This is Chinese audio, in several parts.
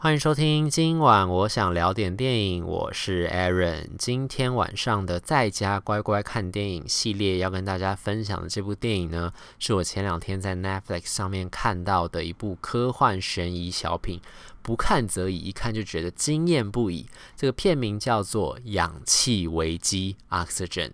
欢迎收听，今晚我想聊点电影，我是 Aaron。今天晚上的在家乖乖看电影系列要跟大家分享的这部电影呢，是我前2天在 Netflix 上面看到的一部科幻悬疑小品，不看则已，一看就觉得惊艳不已。这个片名叫做《氧气危机》（Oxygen）。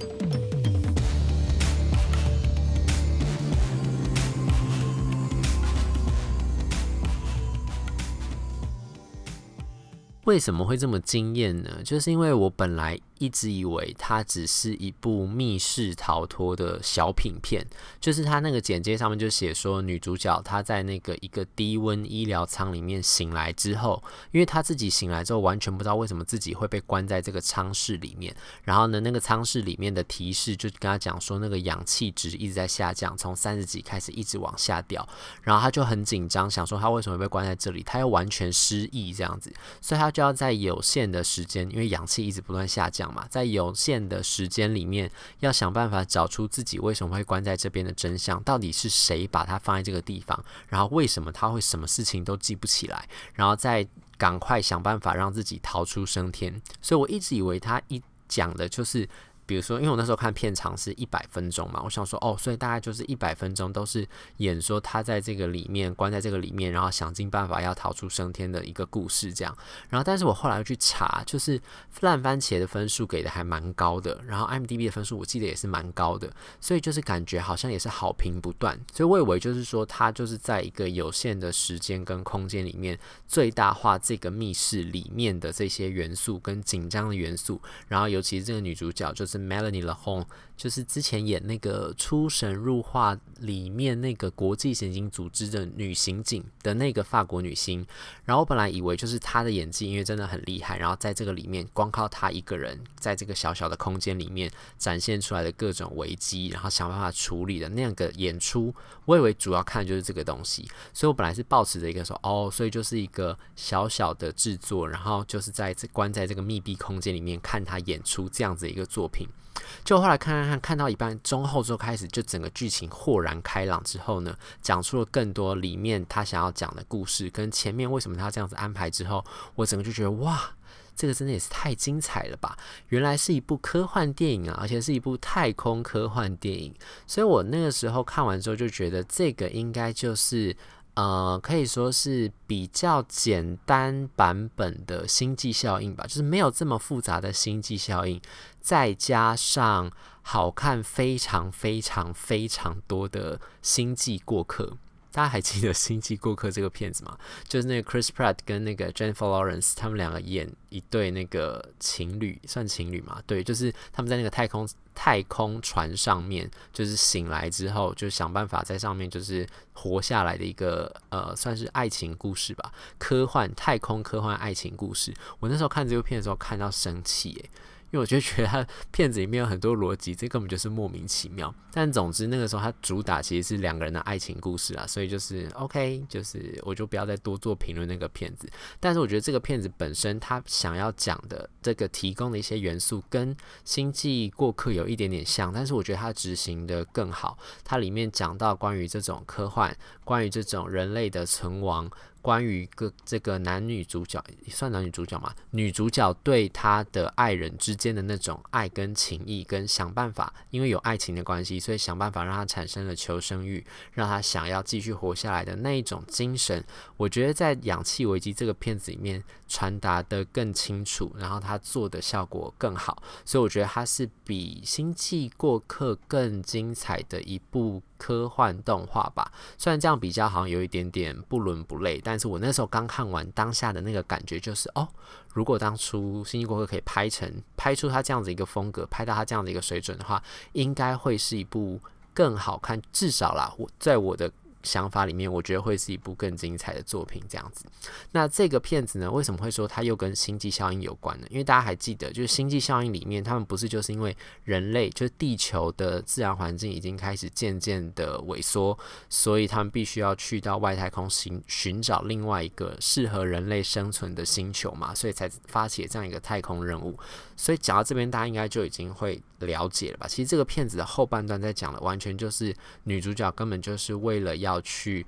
为什么会这么惊艳呢？就是因为我本来一直以为它只是一部密室逃脱的小品片，就是它那个简介上面就写说，女主角她在那个一个低温医疗舱里面醒来之后，因为她自己醒来之后完全不知道为什么自己会被关在这个舱室里面，然后呢，那个舱室里面的提示就跟她讲说，那个氧气值一直在下降，从30几开始一直往下掉，然后她就很紧张，想说她为什么会被关在这里，她又完全失忆这样子，所以她就要在有限的时间，因为氧气一直不断下降嘛，在有限的时间里面，要想办法找出自己为什么会关在这边的真相，到底是谁把它放在这个地方，然后为什么他会什么事情都记不起来，然后再赶快想办法让自己逃出升天。所以我一直以为他一讲的就是，比如说，因为我那时候看片长是100分钟嘛，我想说所以大概就是100分钟都是演说他在这个里面关在这个里面，然后想尽办法要逃出升天的一个故事这样。然后，但是我后来又去查，就是烂番茄的分数给的还蛮高的，然后 IMDB 的分数我记得也是蛮高的，所以就是感觉好像也是好评不断。所以我以为就是说，他就是在一个有限的时间跟空间里面，最大化这个密室里面的这些元素跟紧张的元素，然后尤其是这个女主角就是Melanie Laurent， 就是之前演那个出神入化里面那个国际刑警组织的女刑警的那个法国女星，然后我本来以为就是她的演技因为真的很厉害，然后在这个里面光靠她一个人在这个小小的空间里面展现出来的各种危机，然后想办法处理的那样个演出，我以为主要看的就是这个东西，所以我本来是抱持着一个说所以就是一个小小的制作，然后就是关在这个密闭空间里面看她演出这样子的一个作品。就后来看到一半中后之后开始，就整个剧情豁然开朗之后呢，讲出了更多里面他想要讲的故事，跟前面为什么他这样子安排之后，我整个就觉得哇，这个真的也是太精彩了吧！原来是一部科幻电影啊，而且是一部太空科幻电影，所以我那个时候看完之后就觉得这个应该就是可以说是比较简单版本的星际效应吧，就是没有这么复杂的星际效应，再加上好看非常非常非常多的星际过客。大家还记得《星际过客》这个片子吗？就是那个 Chris Pratt 跟那个 Jennifer Lawrence 他们两个演一对那个情侣，算情侣嘛？对，就是他们在那个太空船上面，就是醒来之后，就想办法在上面就是活下来的一个算是爱情故事吧，太空科幻爱情故事。我那时候看这部片的时候看到生气耶。因为我就觉得他片子里面有很多逻辑，这根本就是莫名其妙。但总之那个时候他主打其实是2个人的爱情故事啊，所以就是 OK， 就是我就不要再多做评论那个片子。但是我觉得这个片子本身他想要讲的这个提供的一些元素跟星际过客有一点点像，但是我觉得他执行的更好。它里面讲到关于这种科幻，关于这种人类的存亡，关于这个男女主角，算男女主角嘛？女主角对她的爱人之间的那种爱跟情谊，跟想办法，因为有爱情的关系，所以想办法让她产生了求生欲，让她想要继续活下来的那一种精神，我觉得在《氧气危机》这个片子里面传达的更清楚，然后她做的效果更好，所以我觉得它是比《星际过客》更精彩的一部科幻动画吧。虽然这样比较好像有一点点不伦不类，但是我那时候刚看完，当下的那个感觉就是如果当初《星际过客》可以拍出他这样子一个风格，拍到他这样的一个水准的话，应该会是一部更好看，至少啦，在我的想法里面，我觉得会是一部更精彩的作品这样子。那这个片子呢，为什么会说它又跟星际效应有关呢？因为大家还记得，就是星际效应里面，他们不是就是因为人类就是地球的自然环境已经开始渐渐的萎缩，所以他们必须要去到外太空寻找另外一个适合人类生存的星球嘛，所以才发起这样一个太空任务。所以讲到这边，大家应该就已经会了解了吧？其实这个片子的后半段在讲的，完全就是女主角根本就是为了要去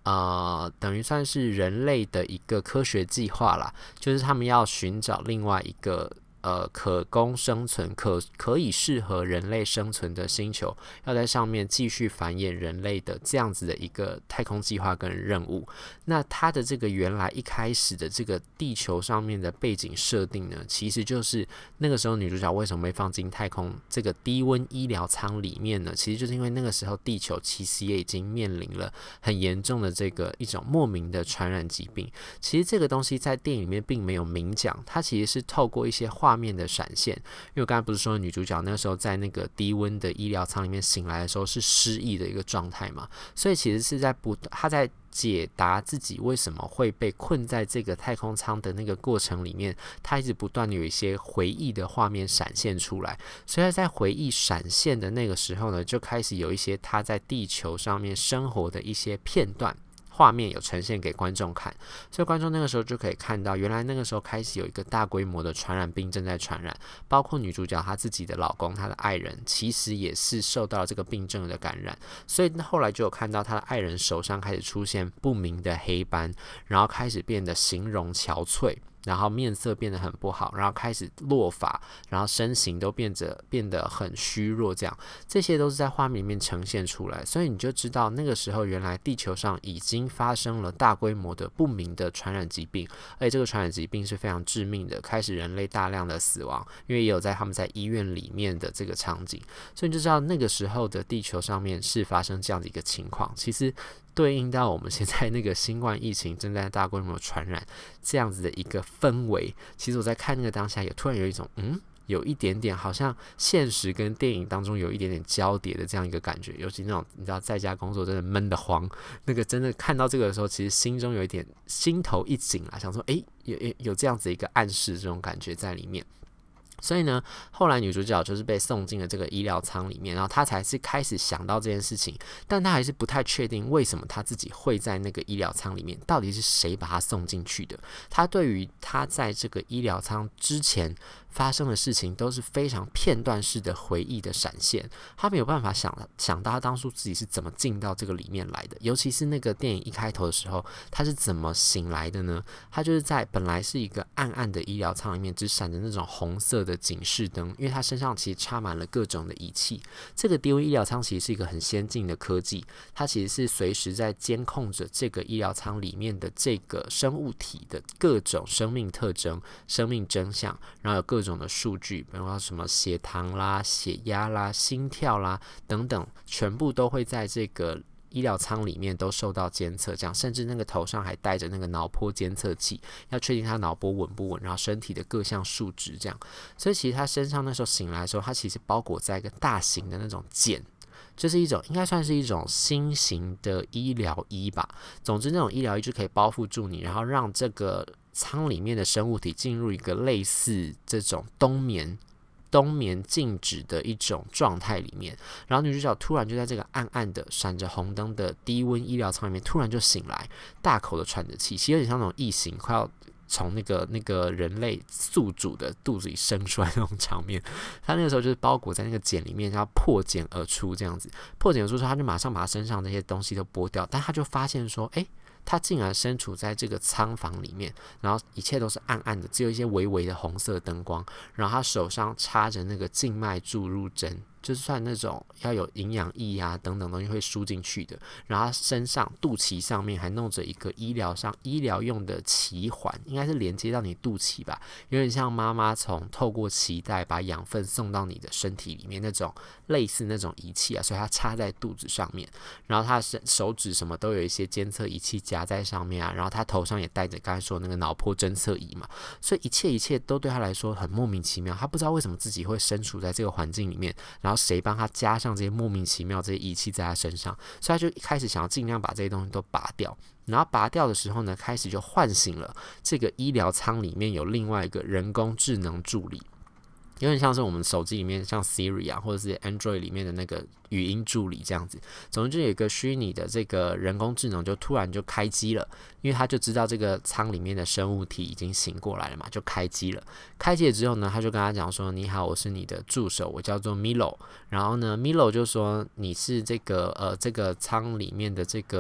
等于算是人类的一个科学计划啦，就是他们要寻找另外一个可供生存、可以适合人类生存的星球，要在上面继续繁衍人类的这样子的一个太空计划跟任务。那它的这个原来一开始的这个地球上面的背景设定呢，其实就是那个时候女主角为什么会放进太空这个低温医疗舱里面呢？其实就是因为那个时候地球其实也已经面临了很严重的这个一种莫名的传染疾病。其实这个东西在电影里面并没有明讲，它其实是透过一些画面的闪现。因为我刚才不是说女主角那时候在那个低温的医疗舱里面醒来的时候是失忆的一个状态嘛，所以其实是她在解答自己为什么会被困在这个太空舱的那个过程里面，她一直不断的有一些回忆的画面闪现出来，所以在回忆闪现的那个时候呢，就开始有一些她在地球上面生活的一些片段。画面有呈现给观众看，所以观众那个时候就可以看到，原来那个时候开始有一个大规模的传染病正在传染，包括女主角她自己的老公、她的爱人，其实也是受到了这个病症的感染，所以后来就有看到她的爱人手上开始出现不明的黑斑，然后开始变得形容憔悴。然后面色变得很不好，然后开始落发，然后身形都变得很虚弱，这些都是在画面里面呈现出来，所以你就知道那个时候原来地球上已经发生了大规模的不明的传染疾病，而且这个传染疾病是非常致命的，开始人类大量的死亡，因为也有他们在医院里面的这个场景，所以你就知道那个时候的地球上面是发生这样的一个情况，其实对应到我们现在那个新冠疫情正在大规模传染这样子的一个氛围，其实我在看那个当下也突然有一种有一点点好像现实跟电影当中有一点点交叠的这样一个感觉，尤其那种你知道在家工作真的闷得慌，那个真的看到这个的时候，其实心中有一点心头一紧啦，想说有这样子一个暗示这种感觉在里面。所以呢，后来女主角就是被送进了这个医疗舱里面，然后她才是开始想到这件事情，但她还是不太确定为什么她自己会在那个医疗舱里面，到底是谁把她送进去的。她对于她在这个医疗舱之前发生的事情都是非常片段式的回忆的闪现，她没有办法想到她当初自己是怎么进到这个里面来的，尤其是那个电影一开头的时候，她是怎么醒来的呢？她就是在本来是一个暗暗的医疗舱里面，只闪着那种红色的警示灯，因为她身上其实插满了各种的仪器。这个低温医疗舱其实是一个很先进的科技，它其实是随时在监控着这个医疗舱里面的这个生物体的各种生命特征、生命真相，然后有各种的数据，比如说什么血糖啦、血压啦、心跳啦等等，全部都会在这个医疗舱里面都受到监测，这样甚至那个头上还戴着那个脑波监测器，要确定他脑波稳不稳，然后身体的各项数值这样。所以其实他身上那时候醒来的时候，他其实包裹在一个大型的那种茧，就是一种应该算是一种新型的医疗衣吧。总之那种医疗衣就可以包覆住你，然后让这个舱里面的生物体进入一个类似这种冬眠静止的一种状态里面，然后女主角突然就在这个暗暗的闪着红灯的低温医疗舱里面突然就醒来，大口的喘着气，其实有点像那种异形快要从那个人类宿主的肚子里生出来那种场面。他那个时候就是包裹在那个茧里面，然后破茧而出这样子，破茧而出之后，他就马上把他身上那些东西都剥掉，但他就发现说，他竟然身处在这个舱房里面，然后一切都是暗暗的，只有一些微微的红色灯光，然后他手上插着那个静脉注入针，就是算那种要有营养液啊等等东西会输进去的，然后他身上肚脐上面还弄着一个医疗用的脐环，应该是连接到你肚脐吧，有点像妈妈透过脐带把养分送到你的身体里面那种类似那种仪器啊，所以他插在肚子上面，然后他的手指什么都有一些监测仪器夹在上面啊，然后他头上也戴着刚才说的那个脑波侦测仪嘛，所以一切都对他来说很莫名其妙，他不知道为什么自己会身处在这个环境里面，然后谁帮他加上这些莫名其妙这些仪器在他身上，所以他就一开始想要尽量把这些东西都拔掉，然后拔掉的时候呢，开始就唤醒了这个医疗舱里面有另外一个人工智能助理，有点像是我们手机里面像 Siri 啊，或者是 Android 里面的那个语音助理这样子。总之就有一个虚拟的这个人工智能就突然就开机了，因为他就知道这个舱里面的生物体已经醒过来了嘛，就开机了。开机了之后呢，他就跟他讲说：“你好，我是你的助手，我叫做 Milo。”然后呢 ，Milo 就说：“你是这个舱里面的这个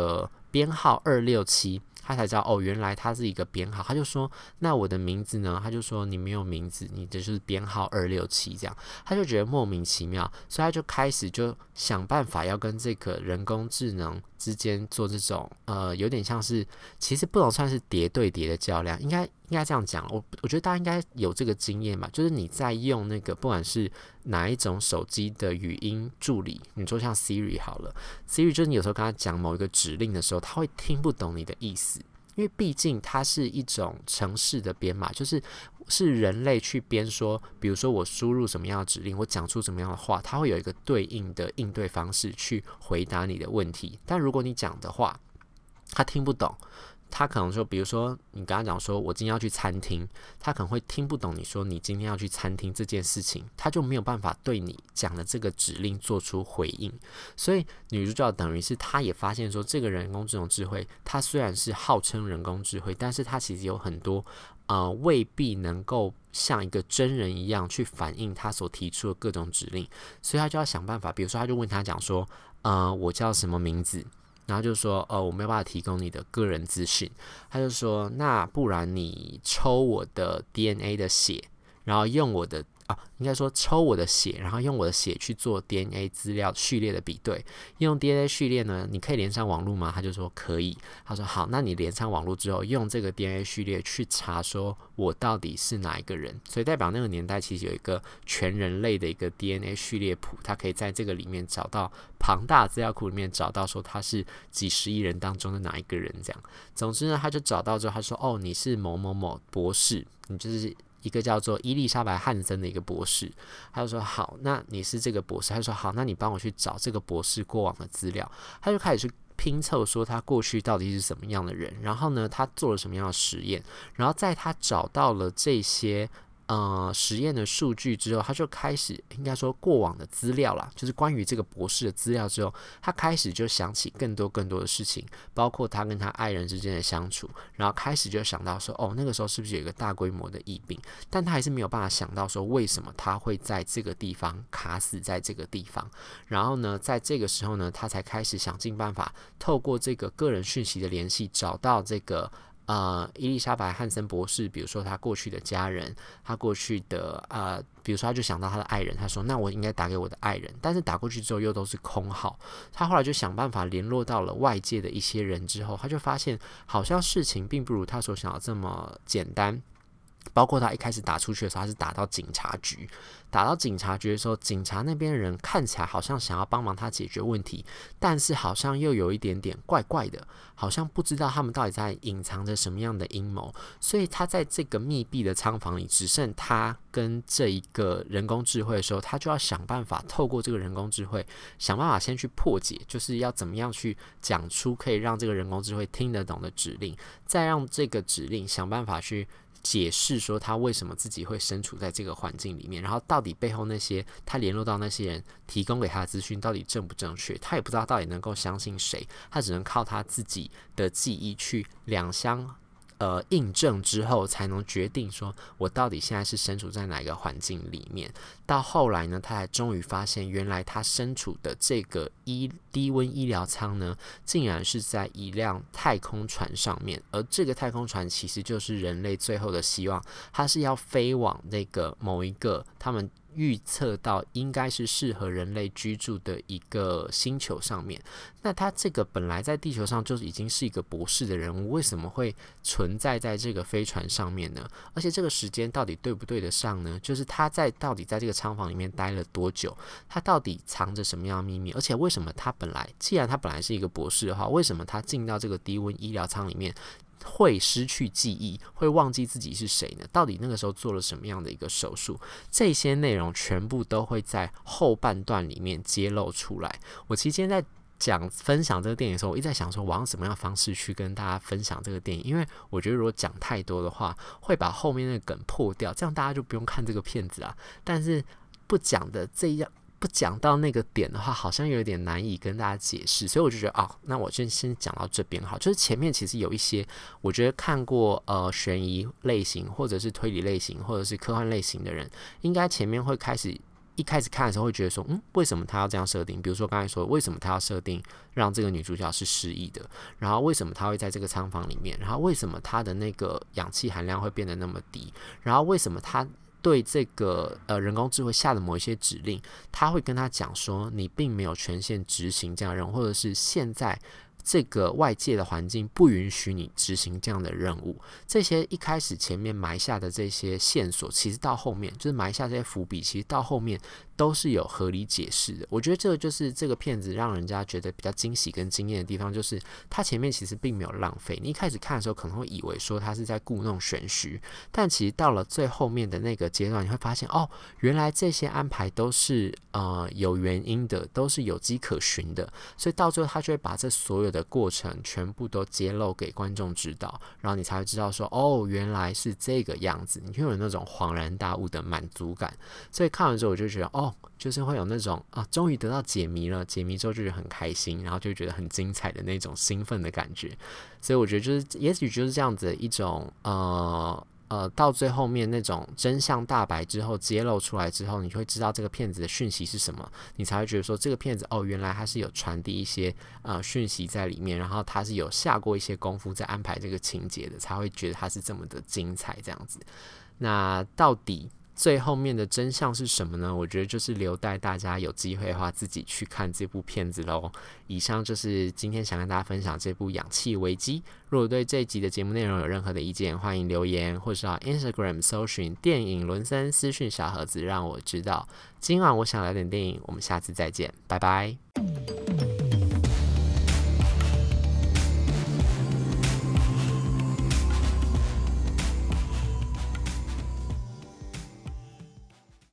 编号267。他才知道哦，原来他是一个编号。他就说：“那我的名字呢？”他就说：“你没有名字，你这就是编号267。”这样，他就觉得莫名其妙，所以他就开始就想办法要跟这个人工智能之间做这种有点像是，其实不能算是叠对叠的较量，应该这样讲。我觉得大家应该有这个经验吧，就是你在用那个不管是哪一种手机的语音助理，你说像 Siri 好了，Siri 就是你有时候跟他讲某一个指令的时候，他会听不懂你的意思。因为毕竟它是一种程式的编码，是人类去编说，比如说我输入什么样的指令，我讲出什么样的话，它会有一个对应的应对方式去回答你的问题。但如果你讲的话，他听不懂。他可能说，比如说你跟他讲说，我今天要去餐厅，他可能会听不懂你说你今天要去餐厅这件事情，他就没有办法对你讲的这个指令做出回应。所以女主角等于是她也发现说，这个人工智能智慧，它虽然是号称人工智慧，但是它其实有很多未必能够像一个真人一样去反映他所提出的各种指令，所以他就要想办法。比如说，他就问他讲说，我叫什么名字？然后就说，我没有办法提供你的个人资讯。他就说，那不然你抽我的 DNA 的血，然后用我的应该说抽我的血，然后用我的血去做 DNA 资料序列的比对。用 DNA 序列呢，你可以连上网络吗？他就说可以。他说好，那你连上网络之后，用这个 DNA 序列去查，说我到底是哪一个人。所以代表那个年代其实有一个全人类的一个 DNA 序列谱，他可以在这个里面找到庞大资料库里面找到说他是几十亿人当中的哪一个人这样。总之呢，他就找到之后，他说哦，你是某某某博士，你就是一个叫做伊丽莎白·汉森的一个博士。他就说好，那你是这个博士。他就说好，那你帮我去找这个博士过往的资料。他就开始去拼凑说他过去到底是什么样的人，然后呢，他做了什么样的实验，然后在他找到了这些实验的数据之后，他就开始应该说过往的资料啦，就是关于这个博士的资料之后，他开始就想起更多的事情，包括他跟他爱人之间的相处，然后开始就想到说，哦，那个时候是不是有一个大规模的疫病？但他还是没有办法想到说为什么他会在这个地方卡死在这个地方。然后呢，在这个时候呢，他才开始想尽办法透过这个个人讯息的联系，找到这个伊丽莎白·汉森博士，比如说他过去的家人，他过去的比如说他就想到他的爱人，他说那我应该打给我的爱人，但是打过去之后又都是空号。他后来就想办法联络到了外界的一些人之后，他就发现好像事情并不如他所想的这么简单。包括他一开始打出去的时候，他是打到警察局，打到警察局的时候，警察那边的人看起来好像想要帮忙他解决问题，但是好像又有一点点怪怪的，好像不知道他们到底在隐藏着什么样的阴谋。所以他在这个密闭的仓房里，只剩他跟这一个人工智慧的时候，他就要想办法透过这个人工智慧，想办法先去破解，就是要怎么样去讲出可以让这个人工智慧听得懂的指令，再让这个指令想办法去解释说他为什么自己会身处在这个环境里面，然后到底背后那些他联络到那些人提供给他的资讯到底正不正确，他也不知道到底能够相信谁，他只能靠他自己的记忆去两相印证之后，才能决定说我到底现在是身处在哪一个环境里面。到后来呢，他才终于发现，原来他身处的这个低温医疗舱呢，竟然是在一辆太空船上面，而这个太空船其实就是人类最后的希望，它是要飞往那个某一个他们预测到应该是适合人类居住的一个星球上面。那他这个本来在地球上就已经是一个博士的人物，为什么会存在在这个飞船上面呢？而且这个时间到底对不对得上呢？就是他到底在这个仓房里面待了多久？他到底藏着什么样的秘密？而且为什么既然他本来是一个博士的话，为什么他进到这个低温医疗舱里面会失去记忆，会忘记自己是谁呢？到底那个时候做了什么样的一个手术？这些内容全部都会在后半段里面揭露出来。我期间在分享这个电影的时候，我一直在想说我用什么样的方式去跟大家分享这个电影，因为我觉得如果讲太多的话，会把后面那个梗破掉，这样大家就不用看这个片子啦。但是不讲到那个点的话，好像有点难以跟大家解释，所以我就觉得那我就先讲到这边好。就是前面其实有一些我觉得看过悬疑类型或者是推理类型或者是科幻类型的人，应该前面会开始一开始看的时候会觉得说，为什么他要这样设定？比如说刚才说，为什么他要设定让这个女主角是失忆的？然后为什么他会在这个仓房里面？然后为什么他的那个氧气含量会变得那么低？然后为什么他对这个人工智慧下的某一些指令，他会跟他讲说，你并没有权限执行这样的任务，或者是现在这个外界的环境不允许你执行这样的任务。这些一开始前面埋下的这些线索，其实到后面就是埋下这些伏笔，其实到后面都是有合理解释的。我觉得这个就是这个片子让人家觉得比较惊喜跟惊艳的地方，就是它前面其实并没有浪费。你一开始看的时候可能会以为说它是在故弄玄虚，但其实到了最后面的那个阶段，你会发现原来这些安排都是有原因的，都是有迹可循的。所以到最后他就会把这所有的过程全部都揭露给观众知道，然后你才会知道说原来是这个样子，你会有那种恍然大悟的满足感。所以看完之后我就觉得就是会有那种终于得到解谜了，解谜之后就觉得很开心，然后就觉得很精彩的那种兴奋的感觉。所以我觉得就是也许就是这样子的一种到最后面那种真相大白之后揭露出来之后，你会知道这个片子的讯息是什么，你才会觉得说这个片子原来它是有传递一些讯息在里面，然后它是有下过一些功夫在安排这个情节的，才会觉得它是这么的精彩这样子。那到底最后面的真相是什么呢？我觉得就是留待大家有机会的话自己去看这部片子咯。以上就是今天想跟大家分享这部《氧气危机》。如果对这一集的节目内容有任何的意见，欢迎留言，或是到 Instagram 搜寻电影伦森私讯小盒子让我知道。今晚我想聊点电影，我们下次再见，拜拜。